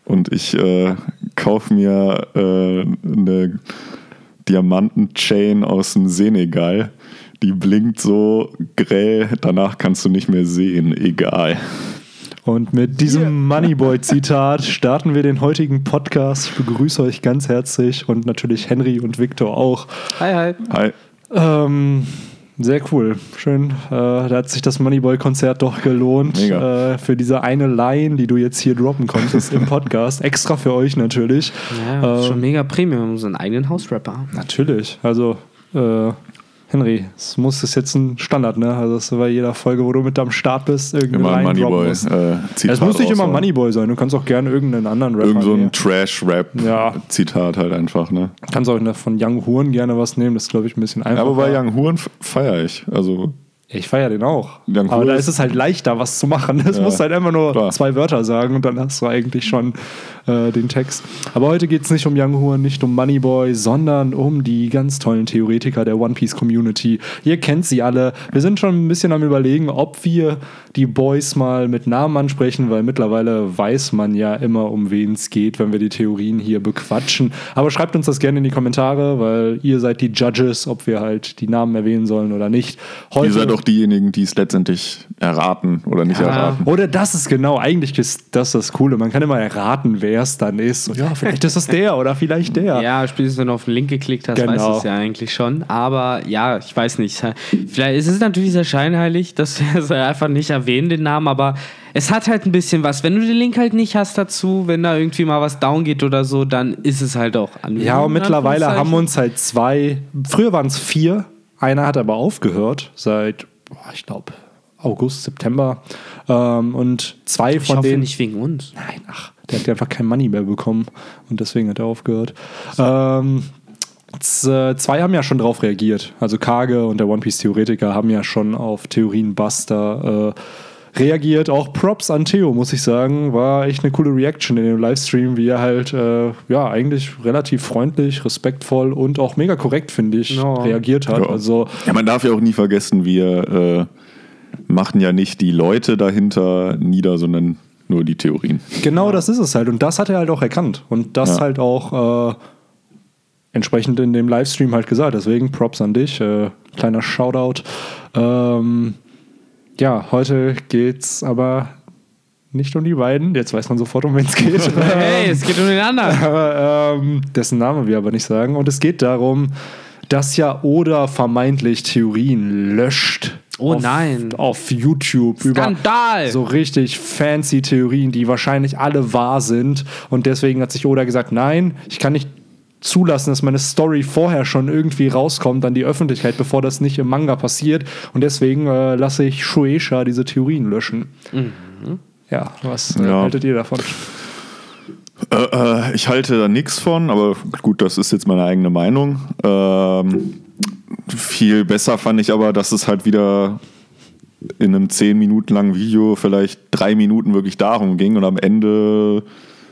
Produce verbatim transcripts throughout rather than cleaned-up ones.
und ich äh, kaufe mir äh, eine Diamanten-Chain aus dem Senegal. Die blinkt so grell, danach kannst du nicht mehr sehen, egal. Und mit diesem Moneyboy-Zitat starten wir den heutigen Podcast. Ich begrüße euch ganz herzlich und natürlich Henry und Victor auch. Hi, hi. Hi. Ähm, sehr cool. Schön. Äh, da hat sich das Moneyboy-Konzert doch gelohnt. Äh, für diese eine Line, die du jetzt hier droppen konntest im Podcast. Extra für euch natürlich. Ja, ähm, schon mega Premium, so einen eigenen Hausrapper. Natürlich. Also, äh, Henry, es muss das jetzt ein Standard, ne? Also das ist bei jeder Folge, wo du mit am Start bist, irgendeine Immer ein Line droppen Moneyboy. musst. Äh, Es muss nicht immer Moneyboy sein, du kannst auch gerne irgendeinen anderen Rapper Irgend so ein nehmen. Trash-Rap-Zitat halt einfach, ne? Du kannst auch von Young Horn gerne was nehmen, das ist, glaube ich, ein bisschen einfacher. Ja, aber bei Young Horn feiere ich. Also ich feiere den auch. Young Aber Horn da ist- ist es halt leichter, was zu machen. Es Ja, musst halt einfach nur klar. zwei Wörter sagen und dann hast du eigentlich schon äh, den Text. Aber heute geht es nicht um Young Horn, nicht um Moneyboy, sondern um die ganz tollen Theoretiker der One Piece Community. Ihr kennt sie alle. Wir sind schon ein bisschen am Überlegen, ob wir die Boys mal mit Namen ansprechen, weil mittlerweile weiß man ja immer, um wen es geht, wenn wir die Theorien hier bequatschen. Aber schreibt uns das gerne in die Kommentare, weil ihr seid die Judges, ob wir halt die Namen erwähnen sollen oder nicht. Heute ihr seid auch diejenigen, die es letztendlich erraten oder nicht Ja. erraten. Oder das ist genau, eigentlich ist das das Coole. Man kann immer erraten, wer es dann ist. So, ja, vielleicht ist es der oder vielleicht der. Ja, spätestens wenn du auf den Link geklickt hast, Genau. weißt du es ja eigentlich schon. Aber ja, ich weiß nicht. Vielleicht ist es natürlich sehr scheinheilig, dass wir es einfach nicht erwähnen, den Namen, aber es hat halt ein bisschen was. Wenn du den Link halt nicht hast dazu, wenn da irgendwie mal was down geht oder so, dann ist es halt auch an. Ja, und mittlerweile haben uns halt zwei, früher waren es vier, einer hat aber aufgehört seit, boah, ich glaube, August, September. Ähm, und zwei Ich von hoffe denen. nicht wegen uns. Nein, ach, der hat einfach kein Money mehr bekommen und deswegen hat er aufgehört. Ähm, z- zwei haben ja schon drauf reagiert. Also Kage und der One Piece Theoretiker haben ja schon auf Theorienbuster äh, reagiert. Auch Props an Theo, muss ich sagen. War echt eine coole Reaction in dem Livestream, wie er halt, äh, ja, eigentlich relativ freundlich, respektvoll und auch mega korrekt, finde ich, Ja. reagiert hat. Ja. Also, Ja, man darf ja auch nie vergessen, wir äh, machen ja nicht die Leute dahinter nieder, sondern nur die Theorien. genau das ist es halt. Und das hat er halt auch erkannt. Und das Ja. halt auch äh, entsprechend in dem Livestream halt gesagt. Deswegen Props an dich. Äh, kleiner Shoutout. Ähm, ja, heute geht's aber nicht um die beiden. Jetzt weiß man sofort, um wen es geht. Hey, es geht um den anderen. Aber, ähm, dessen Namen wir aber nicht sagen. Und es geht darum, dass ja Oda vermeintlich Theorien löscht. Oh auf, nein. Auf YouTube. Skandal. Über so richtig fancy Theorien, die wahrscheinlich alle wahr sind. Und deswegen hat sich Oda gesagt, nein, ich kann nicht zulassen, dass meine Story vorher schon irgendwie rauskommt an die Öffentlichkeit, bevor das nicht im Manga passiert. Und deswegen äh, lasse ich Shueisha diese Theorien löschen. Mhm. Ja, was äh, Ja. haltet ihr davon? Äh, äh, ich halte da nichts von, aber gut, das ist jetzt meine eigene Meinung. Ähm, viel besser fand ich aber, dass es halt wieder in einem zehn Minuten langen Video vielleicht drei Minuten wirklich darum ging und am Ende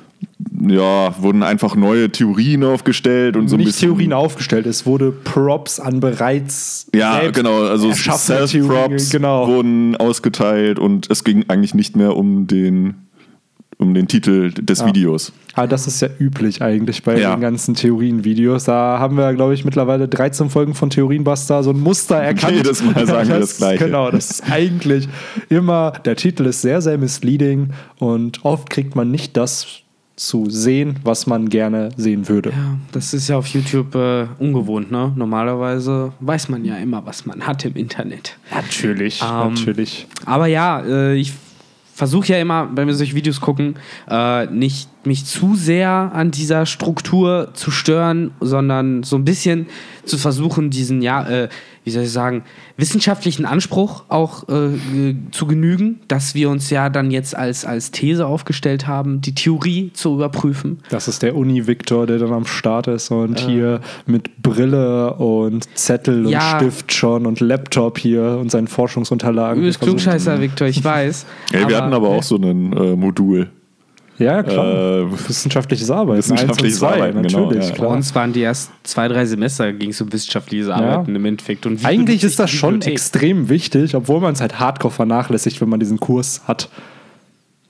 ja, wurden einfach neue Theorien aufgestellt und so ein Nicht bisschen Theorien aufgestellt, es wurde Props an bereits Ja, selbst genau, also erschaffene Self-Props Theorien, genau. wurden ausgeteilt und es ging eigentlich nicht mehr um den um den Titel des Ja. Videos. Aber das ist ja üblich eigentlich bei Ja. den ganzen Theorien-Videos. Da haben wir, glaube ich, mittlerweile dreizehn Folgen von Theorienbuster so ein Muster erkannt. Jedes Mal sagen wir das Gleiche. Genau, das ist eigentlich immer, der Titel ist sehr, sehr misleading und oft kriegt man nicht das zu sehen, was man gerne sehen würde. Ja, das ist ja auf YouTube äh, ungewohnt, ne? Normalerweise weiß man ja immer, was man hat im Internet. Natürlich, Ähm, natürlich. Aber ja, äh, ich versuche ja immer, wenn wir solche Videos gucken, äh, nicht mich zu sehr an dieser Struktur zu stören, sondern so ein bisschen zu versuchen, diesen, ja, äh, wie soll ich sagen, wissenschaftlichen Anspruch auch äh, äh, zu genügen, dass wir uns ja dann jetzt als, als These aufgestellt haben, die Theorie zu überprüfen. Das ist der Uni-Victor, der dann am Start ist und äh. hier mit Brille und Zettel Ja. und Stift schon und Laptop hier und seinen Forschungsunterlagen. Übelst versucht. Klugscheißer, Victor, ich weiß. Ey, wir hatten aber auch so ein äh, Modul. Ja, klar. Äh, Wissenschaftliches Arbeiten. wissenschaftliches eins und zwei, Arbeiten, genau, natürlich, ja. Bei klar. uns waren die erst zwei, drei Semester, ging es um wissenschaftliches Arbeiten im Endeffekt. Und wie Eigentlich benutze ist das ich die schon Bibliothek? extrem wichtig, obwohl man es halt hardcore vernachlässigt, wenn man diesen Kurs hat.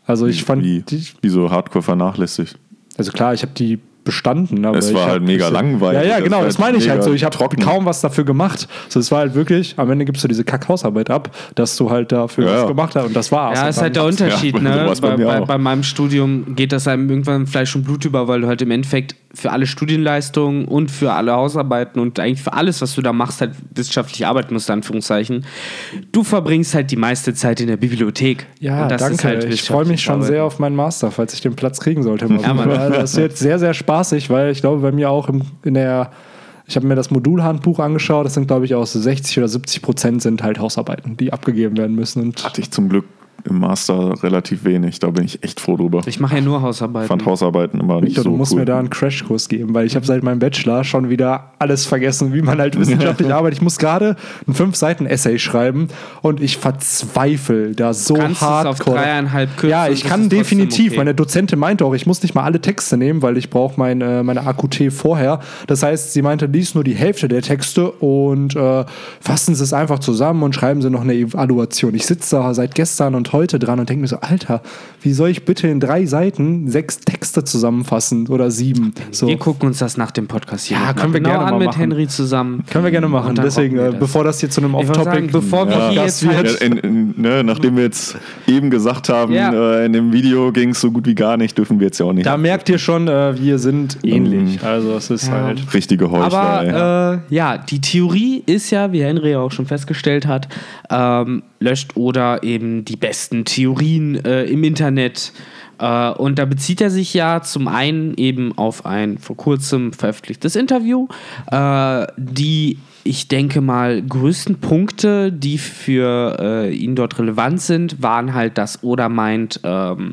Also ich fand, Wie, die, wie so hardcore vernachlässigt. also klar, ich habe die bestanden. Aber Es ich war hab halt mega bisschen- langweilig. Ja, ja, Das genau, war das halt meine ich halt mega so. Ich habe trocken. kaum was dafür gemacht. So, es war halt wirklich, am Ende gibst du diese Kack-Hausarbeit ab, dass du halt dafür Ja, was ja. gemacht hast und das war's. Ja, Und ist halt der dann- Unterschied, Ja, ne? sowas bei Bei, mir bei, auch. bei meinem Studium geht das einem irgendwann Fleisch und Blut über, weil du halt im Endeffekt für alle Studienleistungen und für alle Hausarbeiten und eigentlich für alles, was du da machst, halt wissenschaftlich arbeiten musst, in Anführungszeichen. Du verbringst halt die meiste Zeit in der Bibliothek. Ja, und das danke. ist halt ich freue mich schon wissenschaftliches sehr auf meinen Master, falls ich den Platz kriegen sollte. Ja, Mann. Das wird sehr, sehr spaßig, weil ich glaube, bei mir auch im, in der, ich habe mir das Modulhandbuch angeschaut, das sind, glaube ich, auch so sechzig oder siebzig Prozent sind halt Hausarbeiten, die abgegeben werden müssen. Und Hatte ich zum Glück im Master relativ wenig. Da bin ich echt froh drüber. Ich mache ja nur Ich Hausarbeiten. fand Hausarbeiten immer nicht Victor, so du musst cool. mir da einen Crashkurs geben, weil ich habe seit meinem Bachelor schon wieder alles vergessen, wie man halt wissenschaftlich arbeitet. Ich muss gerade ein fünf Seiten Essay schreiben und ich verzweifle da so Kannst du es auf hardcore. dreieinhalb kürzen, Ja, ich das kann ist trotzdem definitiv. okay. Meine Dozentin meinte auch, ich muss nicht mal alle Texte nehmen, weil ich brauche mein, äh, meine A Q T vorher. Das heißt, sie meinte, lies nur die Hälfte der Texte und äh, fassen Sie es einfach zusammen und schreiben Sie noch eine Evaluation. Ich sitze da seit gestern und heute dran und denke mir so, Alter, wie soll ich bitte in drei Seiten sechs Texte zusammenfassen oder sieben? So. Wir gucken uns das nach dem Podcast hier Ja, noch mal können wir genau gerne an mal mit machen. Henry zusammen. Können wir gerne machen. Und dann Deswegen, rocken wir äh, das. bevor das hier zu einem Ich wollte sagen, Off-Topic bevor wir Ja. hier Das jetzt wird- halt Ja, in, in, ne, nachdem wir jetzt eben gesagt haben, Ja. äh, in dem Video ging es so gut wie gar nicht, dürfen wir jetzt ja auch nicht. da merkt ihr schon, äh, wir sind ähnlich. Also es ist Ja. halt. Richtige Heuchlerei. Aber äh, ja, die Theorie ist ja, wie Henry auch schon festgestellt hat, ähm, löscht oder eben die besten Theorien äh, im Internet. Äh, und da bezieht er sich ja zum einen eben auf ein vor kurzem veröffentlichtes Interview, äh, die ich denke mal, größten Punkte, die für äh, ihn dort relevant sind, waren halt, dass Oda meint, ähm,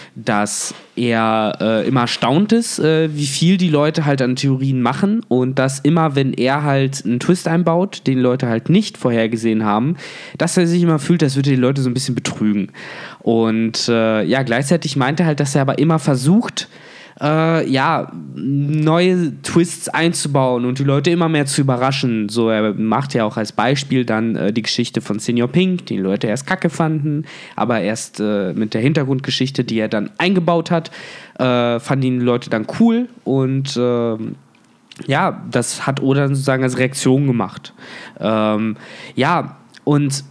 dass er äh, immer erstaunt ist, äh, wie viel die Leute halt an Theorien machen und dass immer, wenn er halt einen Twist einbaut, den Leute halt nicht vorhergesehen haben, dass er sich immer fühlt, als würde er die Leute so ein bisschen betrügen. Und äh, ja, gleichzeitig meinte er halt, dass er aber immer versucht, äh, ja, neue Twists einzubauen und die Leute immer mehr zu überraschen. So, er macht ja auch als Beispiel dann äh, die Geschichte von Senior Pink, die die Leute erst kacke fanden, aber erst äh, mit der Hintergrundgeschichte, die er dann eingebaut hat, äh, fanden die Leute dann cool und ähm, ja, das hat Oda dann sozusagen als Reaktion gemacht. Ähm, ja, und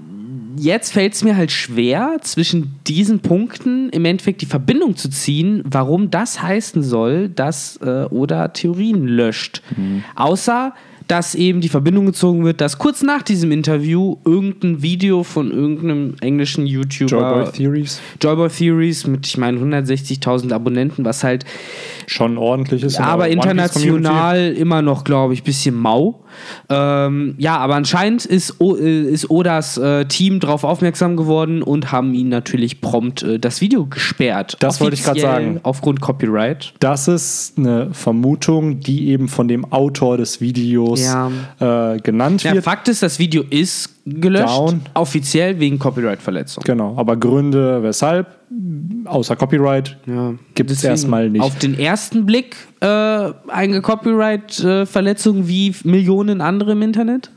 jetzt fällt es mir halt schwer, zwischen diesen Punkten im Endeffekt die Verbindung zu ziehen, warum das heißen soll, dass äh, Oda Theorien löscht. Mhm. Außer, dass eben die Verbindung gezogen wird, dass kurz nach diesem Interview irgendein Video von irgendeinem englischen YouTuber Joyboy Theories. Joyboy Theories mit, ich meine, hundertsechzigtausend Abonnenten, was halt Schon ordentlich ist. in aber der One Piece international immer noch, glaube ich, ein bisschen mau. Ähm, ja, aber anscheinend ist, o äh, ist Odas äh, Team darauf aufmerksam geworden und haben ihn natürlich prompt äh, das Video gesperrt. Das wollte ich gerade Offiziell sagen. Aufgrund Copyright. Das ist eine Vermutung, die eben von dem Autor des Videos Ja. äh, genannt Ja, wird. Fakt ist, das Video ist gelöscht, Down. offiziell wegen Copyright-Verletzung. Genau, aber Gründe, weshalb, außer Copyright, Ja. gibt es Deswegen erstmal nicht. Auf den ersten Blick äh, eine Copyright-Verletzung wie Millionen andere im Internet.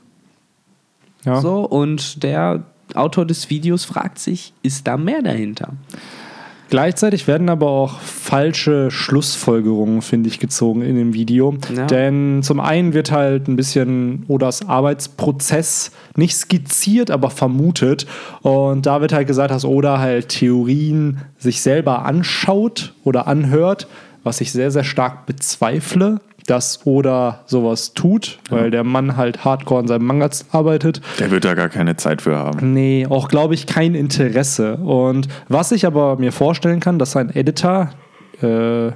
Ja. So, und der Autor des Videos fragt sich, ist da mehr dahinter? Gleichzeitig werden aber auch falsche Schlussfolgerungen, finde ich, gezogen in dem Video. Ja. Denn zum einen wird halt ein bisschen Odas Arbeitsprozess nicht skizziert, aber vermutet. Und da wird halt gesagt, dass Oda halt Theorien sich selber anschaut oder anhört, was ich sehr, sehr stark bezweifle, dass Oda sowas tut, weil der Mann halt hardcore an seinem Manga arbeitet. Der wird da gar keine Zeit für haben. Nee, auch glaube ich kein Interesse. Und was ich aber mir vorstellen kann, dass ein Editor, äh,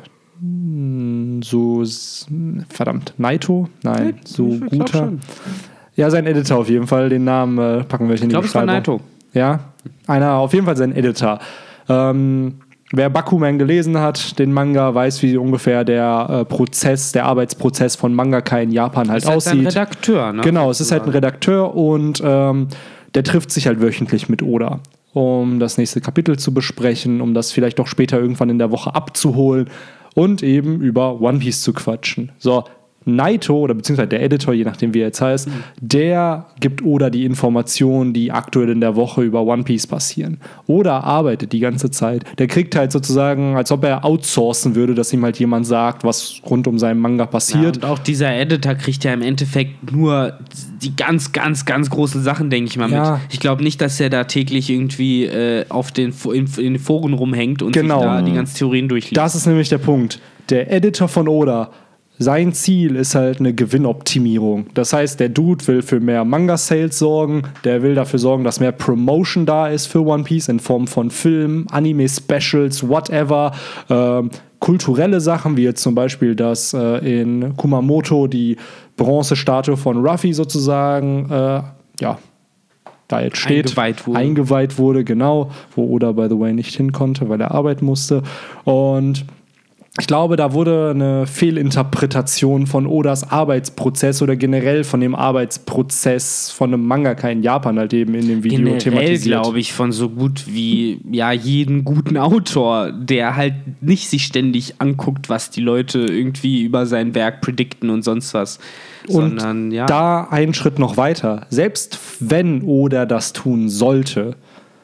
so, verdammt, Naito? Nein, so ich glaub guter. schon. Ja, sein Editor auf jeden Fall, den Namen äh, packen wir hier in Ich die glaube, es war Beschreibung. Naito. Ja, einer, auf jeden Fall sein Editor. Ähm, wer Bakuman gelesen hat, den Manga, weiß, wie ungefähr der äh, Prozess, der Arbeitsprozess von Mangaka in Japan halt Ist halt aussieht. ein Redakteur, ne? Genau, es ist halt ein Redakteur und ähm, der trifft sich halt wöchentlich mit Oda, um das nächste Kapitel zu besprechen, um das vielleicht auch später irgendwann in der Woche abzuholen und eben über One Piece zu quatschen. So, Naito, oder beziehungsweise der Editor, je nachdem wie er jetzt heißt, mhm. der gibt Oda die Informationen, die aktuell in der Woche über One Piece passieren. Oda arbeitet die ganze Zeit. Der kriegt halt sozusagen, als ob er outsourcen würde, dass ihm halt jemand sagt, was rund um seinen Manga passiert. Ja, und auch dieser Editor kriegt ja im Endeffekt nur die ganz, ganz, ganz großen Sachen, denke ich mal, ja. mit. Ich glaube nicht, dass er da täglich irgendwie äh, auf den, in, in den Foren rumhängt und genau. sich da die ganzen Theorien durchliest. Das ist nämlich der Punkt. Der Editor von Oda, sein Ziel ist halt eine Gewinnoptimierung. Das heißt, der Dude will für mehr Manga-Sales sorgen, der will dafür sorgen, dass mehr Promotion da ist für One Piece in Form von Filmen, Anime-Specials, whatever, ähm, kulturelle Sachen, wie jetzt zum Beispiel, dass äh, in Kumamoto die Bronzestatue von Ruffy sozusagen, äh, ja, da jetzt steht, eingeweiht wurde. eingeweiht wurde, genau, wo Oda, by the way, nicht hin konnte, weil er arbeiten musste. Und ich glaube, da wurde eine Fehlinterpretation von Odas Arbeitsprozess oder generell von dem Arbeitsprozess von einem Mangaka in Japan halt eben in dem Video generell, thematisiert. glaube ich, von so gut wie ja jeden guten Autor, der halt nicht sich ständig anguckt, was die Leute irgendwie über sein Werk predikten und sonst was. Und Sondern, ja. da einen Schritt noch weiter. Selbst wenn Oda das tun sollte,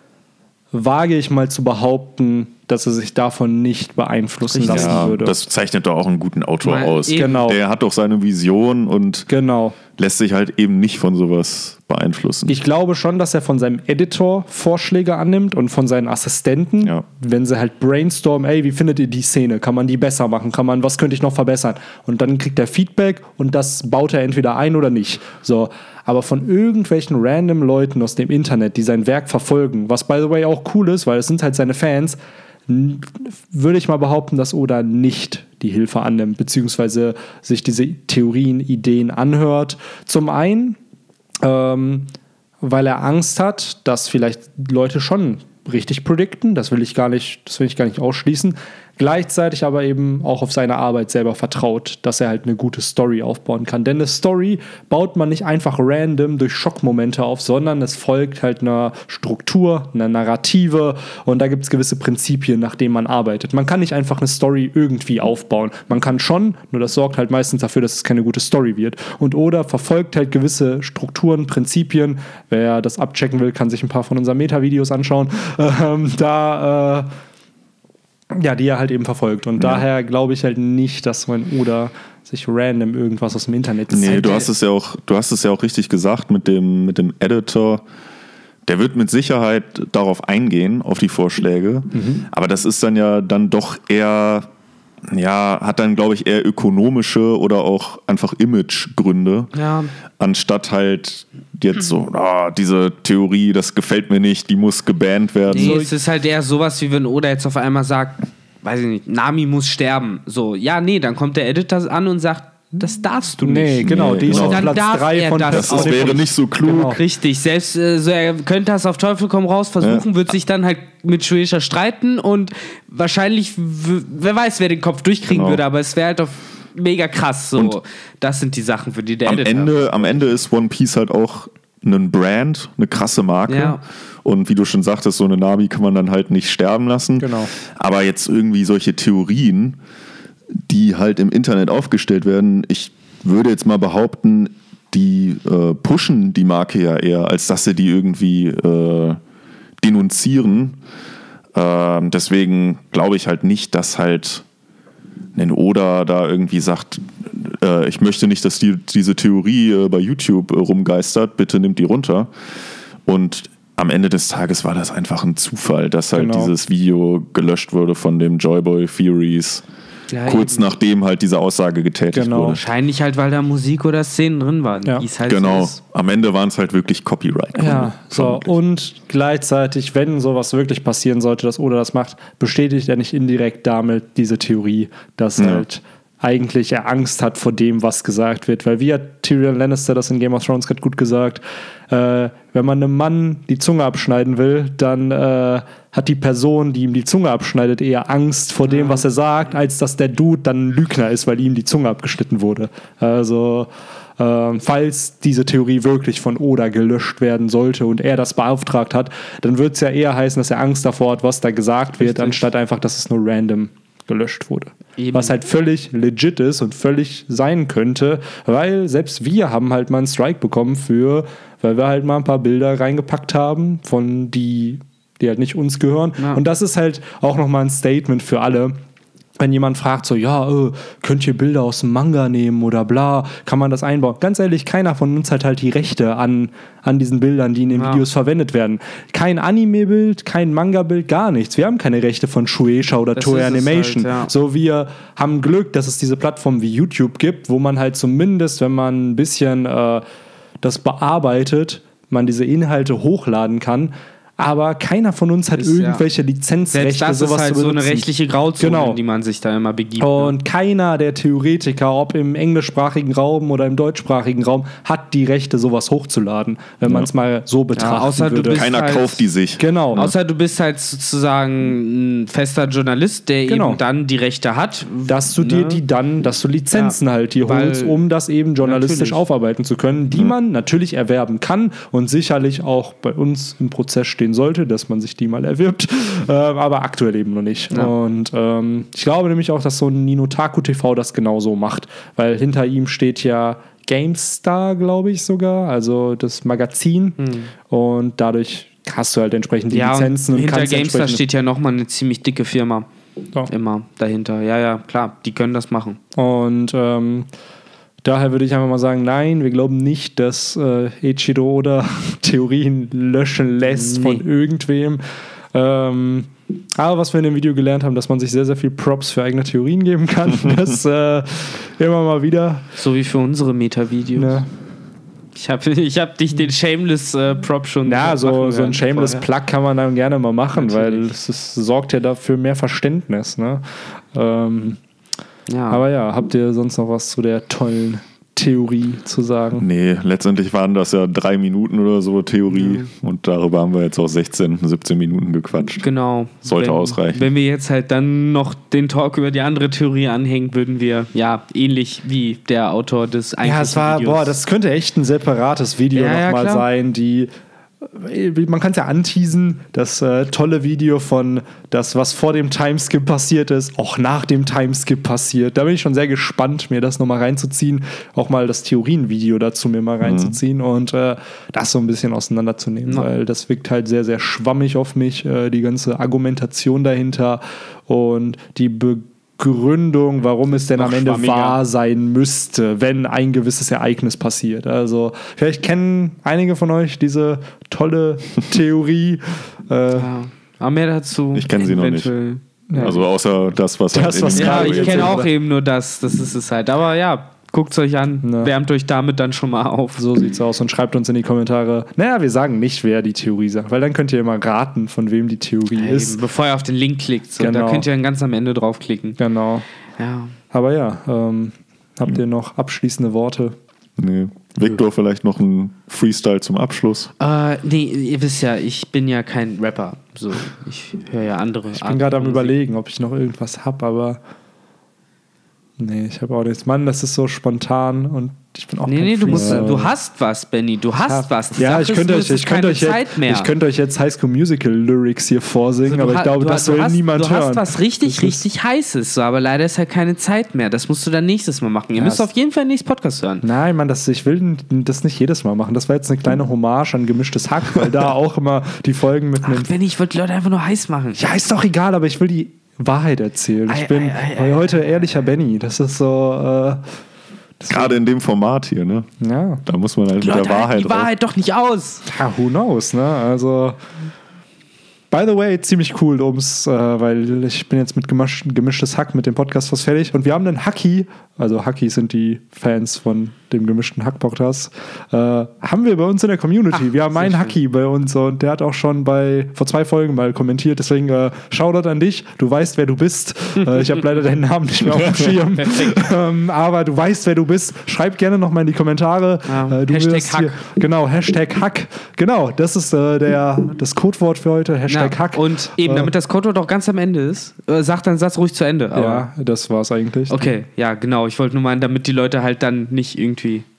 wage ich mal zu behaupten, dass er sich davon nicht beeinflussen Richtig. lassen Ja, würde. das zeichnet doch auch einen guten Autor Mal aus. eben. Genau. Der hat doch seine Vision und Genau. lässt sich halt eben nicht von sowas beeinflussen. Ich glaube schon, dass er von seinem Editor Vorschläge annimmt und von seinen Assistenten, Ja. wenn sie halt brainstormen, ey, wie findet ihr die Szene? Kann man die besser machen? Kann man, was könnte ich noch verbessern? Und dann kriegt er Feedback und das baut er entweder ein oder nicht. So. Aber von irgendwelchen random Leuten aus dem Internet, die sein Werk verfolgen, was by the way auch cool ist, weil es sind halt seine Fans, n- würde ich mal behaupten, dass Oda nicht die Hilfe annimmt, beziehungsweise sich diese Theorien, Ideen anhört. Zum einen, ähm, weil er Angst hat, dass vielleicht Leute schon richtig predikten, das will ich gar nicht, das will ich gar nicht ausschließen. Gleichzeitig aber eben auch auf seine Arbeit selber vertraut, dass er halt eine gute Story aufbauen kann. Denn eine Story baut man nicht einfach random durch Schockmomente auf, sondern es folgt halt einer Struktur, einer Narrative und da gibt es gewisse Prinzipien, nach denen man arbeitet. Man kann nicht einfach eine Story irgendwie aufbauen. Man kann schon, nur das sorgt halt meistens dafür, dass es keine gute Story wird. Und Oda verfolgt halt gewisse Strukturen, Prinzipien. Wer das abchecken will, kann sich ein paar von unseren Meta-Videos anschauen. Ähm, da, äh, ja, die er halt eben verfolgt. Und ja. daher glaube ich halt nicht, dass man Oda sich random irgendwas aus dem Internet Nee, zeigt. du hast es ja auch, du hast es ja auch richtig gesagt mit dem, mit dem Editor. Der wird mit Sicherheit darauf eingehen, auf die Vorschläge. Mhm. Aber das ist dann ja dann doch eher, ja, hat dann, glaube ich, eher ökonomische oder auch einfach Imagegründe. Ja. Anstatt halt jetzt so, oh, diese Theorie, das gefällt mir nicht, die muss gebannt werden. Nee, es ist halt eher sowas, wie wenn Oda jetzt auf einmal sagt, weiß ich nicht, Nami muss sterben. So, ja, nee, dann kommt der Editor an und sagt, das darfst du nicht. Nee, genau, Nee, die ist genau. auf Dann Platz darf drei er von das Das auch. ist, wäre nicht so klug. Genau. Richtig, selbst äh, so, er könnte das auf Teufel komm raus versuchen, Ja. wird sich dann halt mit Shueisha streiten und wahrscheinlich, w- wer weiß, wer den Kopf durchkriegen Genau. würde, aber es wäre halt auf mega krass. So. Und das sind die Sachen, für die der Am Editor. Ende, am Ende ist One Piece halt auch ein Brand, eine krasse Marke. Ja. Und wie du schon sagtest, so eine Nami kann man dann halt nicht sterben lassen. Genau. Aber jetzt irgendwie solche Theorien, die halt im Internet aufgestellt werden, ich würde jetzt mal behaupten, die äh, pushen die Marke ja eher, als dass sie die irgendwie äh, denunzieren. Ähm, deswegen glaube ich halt nicht, dass halt ein Oda da irgendwie sagt, äh, ich möchte nicht, dass die, diese Theorie äh, bei YouTube äh, rumgeistert, bitte nimmt die runter. Und am Ende des Tages war das einfach ein Zufall, dass halt Genau. dieses Video gelöscht wurde von dem Joyboy Theories, Ja, kurz eben. nachdem halt diese Aussage getätigt Genau. wurde. Wahrscheinlich halt, weil da Musik oder Szenen drin waren. Ja. wie es halt Genau, so ist. am Ende waren es halt wirklich Copyright. Ja, so, und gleichzeitig, wenn sowas wirklich passieren sollte, dass Oda das macht, bestätigt er nicht indirekt damit diese Theorie, dass Ja. halt eigentlich er Angst hat vor dem, was gesagt wird. Weil wie hat Tyrion Lannister das in Game of Thrones gerade gut gesagt, äh, wenn man einem Mann die Zunge abschneiden will, dann äh, hat die Person, die ihm die Zunge abschneidet, eher Angst vor dem, was er sagt, als dass der Dude dann ein Lügner ist, weil ihm die Zunge abgeschnitten wurde. Also Ähm, falls diese Theorie wirklich von Oda gelöscht werden sollte und er das beauftragt hat, dann wird es ja eher heißen, dass er Angst davor hat, was da gesagt wird, Richtig. anstatt einfach, dass es nur random gelöscht wurde. Eben. Was halt völlig legit ist und völlig sein könnte, weil selbst wir haben halt mal einen Strike bekommen für, weil wir halt mal ein paar Bilder reingepackt haben, von die, die halt nicht uns gehören. Ja. Und das ist halt auch nochmal ein Statement für alle. Wenn jemand fragt so, ja, äh, könnt ihr Bilder aus dem Manga nehmen oder bla, kann man das einbauen? Ganz ehrlich, keiner von uns hat halt die Rechte an, an diesen Bildern, die in den Ja. Videos verwendet werden. Kein Anime-Bild, kein Manga-Bild, gar nichts. Wir haben keine Rechte von Shueisha oder Das Toei ist es Animation. halt, ja. So, wir haben Glück, dass es diese Plattform wie YouTube gibt, wo man halt zumindest, wenn man ein bisschen äh, das bearbeitet, man diese Inhalte hochladen kann. Aber keiner von uns hat Ist, irgendwelche Selbst Lizenzrechte, das sowas ist halt zu so eine benutzen. rechtliche Grauzone, Genau. in die man sich da immer begibt. Und ne? keiner der Theoretiker, ob im englischsprachigen Raum oder im deutschsprachigen Raum, hat die Rechte, sowas hochzuladen, wenn man es mal so betrachten außer du würde. bist- Keiner halt- kauft die sich. Genau. Außer du bist halt sozusagen ein fester Journalist, der Genau. eben dann die Rechte hat. dass du dir ne? die dann, dass du Lizenzen Ja, halt dir weil- holst, um das eben journalistisch Natürlich. aufarbeiten zu können, die man natürlich erwerben kann und sicherlich auch bei uns im Prozess stehen sollte, dass man sich die mal erwirbt, ähm, aber aktuell eben noch nicht. Ja. Und ähm, ich glaube nämlich auch, dass so ein Ninotaku T V das genauso macht, weil hinter ihm steht ja GameStar, glaube ich sogar, also das Magazin und dadurch hast du halt entsprechend die Ja, Lizenzen und und hinter kannst GameStar entsprechend- steht ja nochmal eine ziemlich dicke Firma. Ja. Immer dahinter. Ja, ja, klar, die können das machen. Und ähm, daher würde ich einfach mal sagen, nein, wir glauben nicht, dass äh, Eiichiro Oda Theorien löschen lässt Nee. von irgendwem. Ähm, aber was wir in dem Video gelernt haben, dass man sich sehr, sehr viel Props für eigene Theorien geben kann. Das äh, immer mal wieder. So wie für unsere Meta-Videos. Ne? Ich habe ich hab dich den Shameless-Prop schon Ja, so, machen so ein hören Shameless vorher. Plug kann man dann gerne mal machen, Natürlich. weil es ist, sorgt ja dafür mehr Verständnis. Ne? Ähm, Ja. aber ja, habt ihr sonst noch was zu der tollen Theorie zu sagen? Nee, letztendlich waren das ja drei Minuten oder so Theorie Mhm. und darüber haben wir jetzt auch sechzehn, siebzehn Minuten gequatscht. Genau. Sollte wenn, ausreichen. Wenn wir jetzt halt dann noch den Talk über die andere Theorie anhängen, würden wir, ja, ähnlich wie der Autor des eigentlichen Ja, es war, Videos. boah, das könnte echt ein separates Video Ja, ja, nochmal klar. sein, die man kann es ja anteasen, das äh, tolle Video von das, was vor dem Timeskip passiert ist, auch nach dem Timeskip passiert. Da bin ich schon sehr gespannt, mir das nochmal reinzuziehen, auch mal das Theorienvideo dazu mir mal reinzuziehen und äh, das so ein bisschen auseinanderzunehmen, Ja. weil das wirkt halt sehr, sehr schwammig auf mich, äh, die ganze Argumentation dahinter und die Begründung, Gründung, warum es denn Noch am Ende schwammiger. wahr sein müsste, wenn ein gewisses Ereignis passiert. Also vielleicht kennen einige von euch diese tolle Theorie. Äh, Ja. Aber mehr dazu. Ich kenn sie noch nicht. eventuell. Ja. Also außer das, was Das, halt in was dem Ja, gerade Video ich jetzt kenne so auch gesagt. eben nur das. Das ist es halt. Aber ja, guckt es euch an. Ja. Wärmt euch damit dann schon mal auf. So sieht's aus und schreibt uns in die Kommentare. Naja, wir sagen nicht, wer die Theorie sagt, weil dann könnt ihr immer raten, von wem die Theorie Eben, ist. bevor ihr auf den Link klickt. So, Genau. Da könnt ihr dann ganz am Ende draufklicken. Genau. Ja. Aber ja, ähm, habt ihr noch abschließende Worte? Nee. Victor, vielleicht noch ein Freestyle zum Abschluss. Äh, nee, ihr wisst ja, ich bin ja kein Rapper. So, ich höre ja andere. Ich bin gerade am Überlegen, ob ich noch irgendwas hab, aber nee, ich habe auch nichts. Mann, das ist so spontan und ich bin auch Nee, kein nee, du, musst, Freestyler. du hast was, Benny. Du hast Ja, was. Die ja, Sache ich ist könnte nur, euch, es ist ich könnte keine euch, jetzt, Zeit mehr. ich könnte euch jetzt High School Musical Lyrics hier vorsingen, Also aber du ich ha- glaube, du, das du will hast, niemand du hören. hast was richtig, Das ist- richtig Heißes, so, aber leider ist halt keine Zeit mehr. Das musst du dann nächstes Mal machen. Ihr Ja, müsst es- auf jeden Fall nächstes Podcast hören. Nein, Mann, das, ich will das nicht jedes Mal machen. Das war jetzt eine kleine Hommage an Gemischtes Hack, weil da auch immer die Folgen mit einem. Ach, Benny, ich wollte die Leute einfach nur heiß machen. Ja, ist doch egal, aber ich will die Wahrheit erzählen. Ich Ei, bin ei, ei, ei, heute ehrlicher Benny. Das ist so. Äh, das Gerade in dem Format hier, ne? ja. Da muss man halt Die mit Leute der halten Wahrheit die Wahrheit doch nicht aus. Ja, who knows, ne? Also. By the way, ziemlich cool, ums, äh, weil ich bin jetzt mit gemisch, gemischtes Hack mit dem Podcast fast fertig und wir haben einen Hacki, also Hackis sind die Fans von dem gemischten Hack-Podcast, äh, haben wir bei uns in der Community. Ach, wir haben sehr einen schön. Hacki bei uns und der hat auch schon bei vor zwei Folgen mal kommentiert, deswegen äh, Shoutout an dich, du weißt, wer du bist. äh, ich habe leider deinen Namen nicht mehr auf dem Schirm, ähm, aber du weißt, wer du bist. Schreib gerne noch mal in die Kommentare. Ja, äh, du Hashtag wirst hier, Hack. genau, Hashtag Hack. Genau, das ist äh, der, das Codewort für heute, Hashtag Ja, Hack. und eben, Äh, damit das Codewort auch ganz am Ende ist, äh, sag deinen Satz ruhig zu Ende. Aber ja, das war's eigentlich. okay, ja, genau. Ich wollte nur meinen, damit die Leute halt dann nicht irgendwie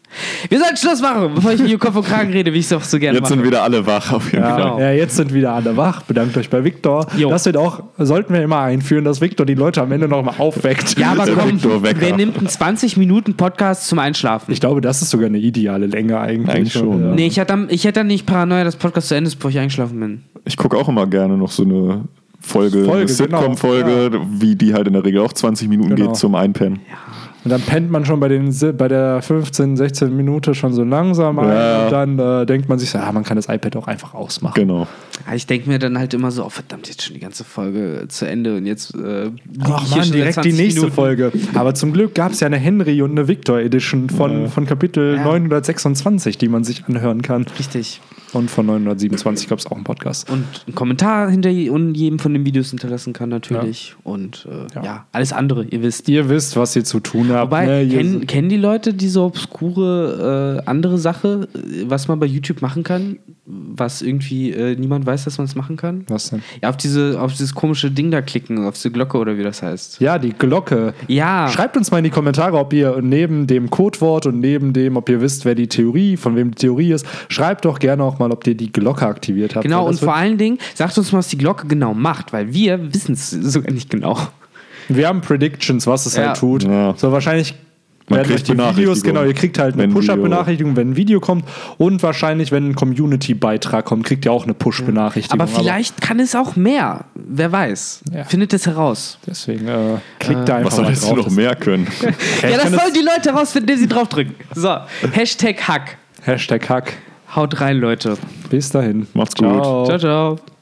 Wir sollten Schluss machen, bevor ich hier Kopf und Kragen rede, wie ich es auch so gerne Jetzt mache. sind wieder alle wach auf jeden Ja, Fall. Genau. ja, jetzt sind wieder alle wach. Bedankt euch bei Victor. Jo. Das wird auch, sollten wir immer einführen, dass Victor die Leute am Ende nochmal aufweckt. Ja, aber Der komm, Victor Wecker. wer nimmt einen zwanzig Minuten Podcast zum Einschlafen? Ich glaube, das ist sogar eine ideale Länge eigentlich. Eigentlich schon, ja. Nee, ich hätte, ich hätte dann nicht Paranoia, dass Podcast zu Ende ist, bevor ich eingeschlafen bin. Ich gucke auch immer gerne noch so eine Folge, Folge, eine Sitcom-Folge, wie die halt in der Regel auch zwanzig Minuten Genau. geht zum Einpennen. Und dann pennt man schon bei, den, bei der fünfzehn, sechzehn Minute schon so langsam ein. Ja. Und dann äh, denkt man sich so, ja, man kann das iPad auch einfach ausmachen. Genau. Ja, ich denke mir dann halt immer so, oh verdammt, jetzt schon die ganze Folge zu Ende und jetzt äh, lieg Ach ich hier man, schon direkt seit die zwanzig nächste Minuten. Folge. Aber zum Glück gab es ja eine Henry und eine Victor Edition von, Ja. von Kapitel Ja. neunhundertsechsundzwanzig, die man sich anhören kann. Richtig. Und von neunhundertsiebenundzwanzig gab es auch einen Podcast. Und einen Kommentar hinter jedem von den Videos hinterlassen kann natürlich. Und äh, ja. Ja. alles andere, ihr wisst. Ihr wisst, was ihr zu tun habt. Wobei, ne? Ihr- kennen, kennen die Leute diese obskure äh, andere Sache, äh, was man bei YouTube machen kann, was irgendwie äh, niemand weiß, dass man es machen kann? Was denn? Ja, auf, diese, auf dieses komische Ding da klicken, auf diese Glocke oder wie das heißt. Ja, die Glocke. Ja. Schreibt uns mal in die Kommentare, ob ihr neben dem Codewort und neben dem, ob ihr wisst, wer die Theorie, von wem die Theorie ist, schreibt doch gerne auch mal, ob ihr die Glocke aktiviert habt. Genau, Weil und das vor wird- allen Dingen, sagt uns mal, was die Glocke genau macht, weil wir wissen es sogar nicht genau. Wir haben Predictions, was es Ja. halt tut. Ja. So wahrscheinlich Man werden kriegt euch die Videos, Benachrichtigungen, genau, ihr kriegt halt eine wenn Push-Up-Benachrichtigung, wenn ein Video kommt und wahrscheinlich, wenn ein Community-Beitrag kommt, kriegt ihr auch eine Push-Benachrichtigung. Aber vielleicht kann es auch mehr. Wer weiß. Ja. Findet es heraus. Deswegen äh, klickt da einfach Was soll mal das drauf. noch mehr können? Ja, das kann sollen es- die Leute herausfinden, indem sie draufdrücken. So, Hashtag Hack. Hashtag Hack. Haut rein, Leute. Bis dahin. Macht's gut. Ciao. Ciao, ciao.